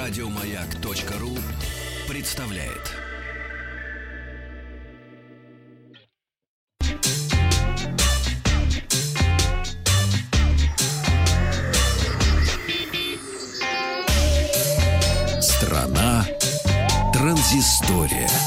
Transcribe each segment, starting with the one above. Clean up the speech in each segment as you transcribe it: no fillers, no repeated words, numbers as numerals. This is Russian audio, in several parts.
Радиомаяк.ру представляет. Страна транзистория.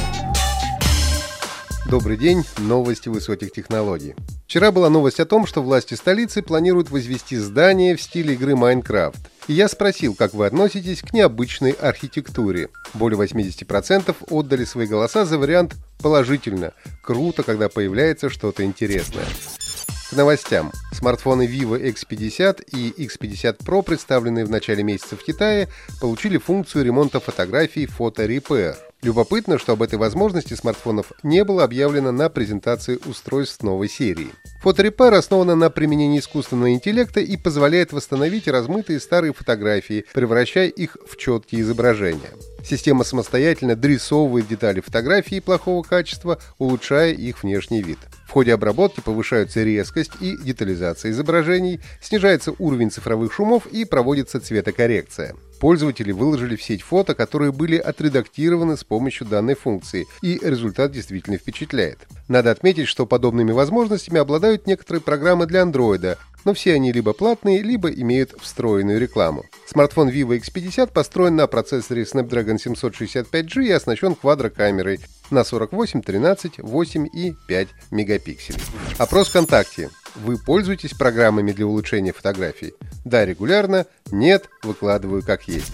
Добрый день, новости высоких технологий. Вчера была новость о том, что власти столицы планируют возвести здание в стиле игры Майнкрафт. И я спросил, как вы относитесь к необычной архитектуре. Более 80% отдали свои голоса за вариант «положительно». Круто, когда появляется что-то интересное. К новостям. Смартфоны Vivo X50 и X50 Pro, представленные в начале месяца в Китае, получили функцию ремонта фотографий Photo Repair. Любопытно, что об этой возможности смартфонов не было объявлено на презентации устройств новой серии. Photo Repair основана на применении искусственного интеллекта и позволяет восстановить размытые старые фотографии, превращая их в четкие изображения. Система самостоятельно дорисовывает детали фотографий плохого качества, улучшая их внешний вид. В ходе обработки повышаются резкость и детализация изображений, снижается уровень цифровых шумов и проводится цветокоррекция. Пользователи выложили в сеть фото, которые были отредактированы с помощью данной функции, и результат действительно впечатляет. Надо отметить, что подобными возможностями обладают некоторые программы для Android, но все они либо платные, либо имеют встроенную рекламу. Смартфон Vivo X50 построен на процессоре Snapdragon 765G и оснащен квадрокамерой на 48, 13, 8 и 5 мегапикселей. Опрос ВКонтакте. Вы пользуетесь программами для улучшения фотографий? Да, регулярно. Нет, выкладываю как есть.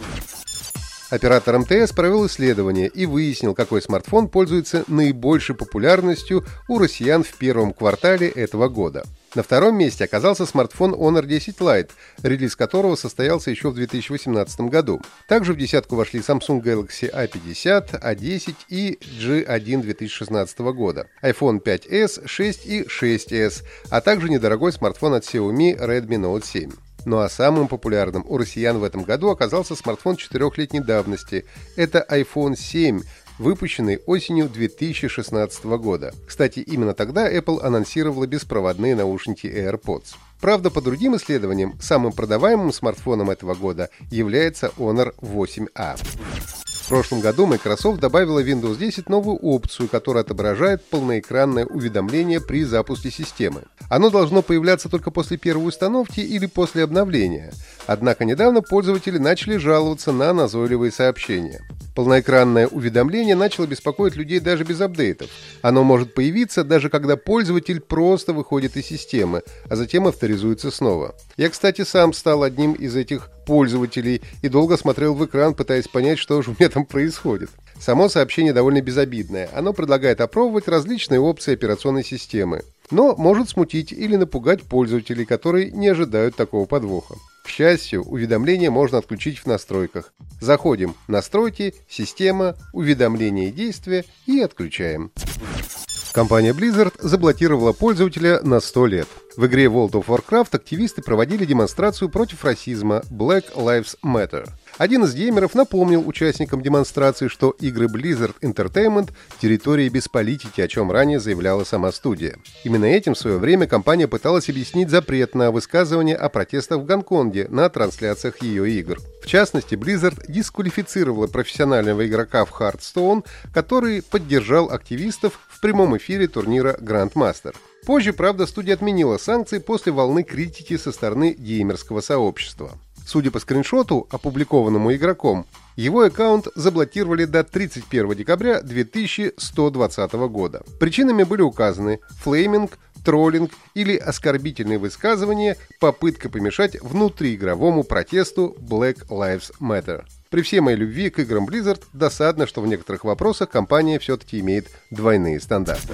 Оператор МТС провел исследование и выяснил, какой смартфон пользуется наибольшей популярностью у россиян в первом квартале этого года. На втором месте оказался смартфон Honor 10 Lite, релиз которого состоялся еще в 2018 году. Также в десятку вошли Samsung Galaxy A50, A10 и G1 2016 года, iPhone 5s, 6 и 6s, а также недорогой смартфон от Xiaomi Redmi Note 7. Ну а самым популярным у россиян в этом году оказался смартфон 4-летней давности. Это iPhone 7, выпущенный осенью 2016 года. Кстати, именно тогда Apple анонсировала беспроводные наушники AirPods. Правда, по другим исследованиям, самым продаваемым смартфоном этого года является Honor 8A. В прошлом году Microsoft добавила в Windows 10 новую опцию, которая отображает полноэкранное уведомление при запуске системы. Оно должно появляться только после первой установки или после обновления. Однако недавно пользователи начали жаловаться на назойливые сообщения. Полноэкранное уведомление начало беспокоить людей даже без апдейтов. Оно может появиться даже когда пользователь просто выходит из системы, а затем авторизуется снова. Я, кстати, сам стал одним из этих пользователей и долго смотрел в экран, пытаясь понять, что же у меня там происходит. Само сообщение довольно безобидное. Оно предлагает опробовать различные опции операционной системы, но может смутить или напугать пользователей, которые не ожидают такого подвоха. К счастью, уведомления можно отключить в настройках. Заходим в «Настройки», «Система», «Уведомления и действия» и отключаем. Компания Blizzard заблокировала пользователя на 100 лет. В игре World of Warcraft активисты проводили демонстрацию против расизма Black Lives Matter. Один из геймеров напомнил участникам демонстрации, что игры Blizzard Entertainment – территория без политики, о чем ранее заявляла сама студия. Именно этим в свое время компания пыталась объяснить запрет на высказывание о протестах в Гонконге на трансляциях ее игр. В частности, Blizzard дисквалифицировала профессионального игрока в Hearthstone, который поддержал активистов в прямом эфире турнира Grandmaster. Позже, правда, студия отменила санкции после волны критики со стороны геймерского сообщества. Судя по скриншоту, опубликованному игроком, его аккаунт заблокировали до 31 декабря 2120 года. Причинами были указаны флейминг, троллинг или оскорбительные высказывания, попытка помешать внутриигровому протесту Black Lives Matter. При всей моей любви к играм Blizzard досадно, что в некоторых вопросах компания все-таки имеет двойные стандарты.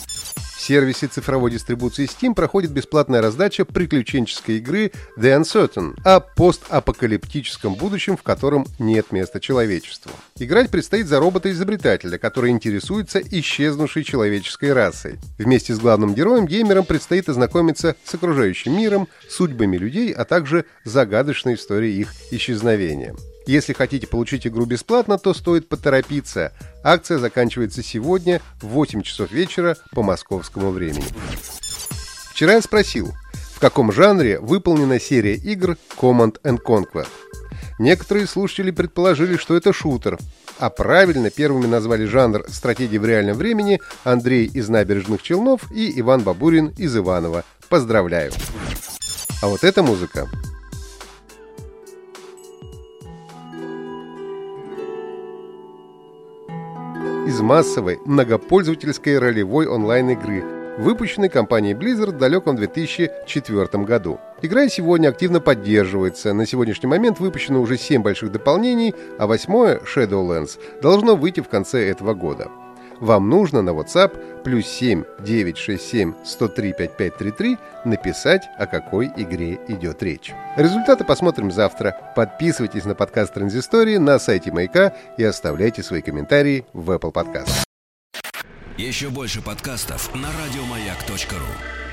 В сервисе цифровой дистрибуции Steam проходит бесплатная раздача приключенческой игры The Uncertain о постапокалиптическом будущем, в котором нет места человечеству. Играть предстоит за робота-изобретателя, который интересуется исчезнувшей человеческой расой. Вместе с главным героем геймерам предстоит ознакомиться с окружающим миром, судьбами людей, а также загадочной историей их исчезновения. Если хотите получить игру бесплатно, то стоит поторопиться. Акция заканчивается сегодня в 8 часов вечера по московскому времени. Вчера я спросил, в каком жанре выполнена серия игр Command & Conquer. Некоторые слушатели предположили, что это шутер. А правильно первыми назвали жанр стратегии в реальном времени Андрей из Набережных Челнов и Иван Бабурин из Иваново. Поздравляю! А вот эта музыка. Из массовой многопользовательской ролевой онлайн-игры, выпущенной компанией Blizzard в далеком 2004 году. Игра сегодня активно поддерживается. На сегодняшний момент выпущено уже 7 больших дополнений, а 8-е, Shadowlands, должно выйти в конце этого года. Вам нужно на WhatsApp +7 967 103 5533 написать, о какой игре идет речь. Результаты посмотрим завтра. Подписывайтесь на подкаст Транзистории на сайте Маяка и оставляйте свои комментарии в Apple Podcast. Еще больше подкастов на радиомаяк.ру.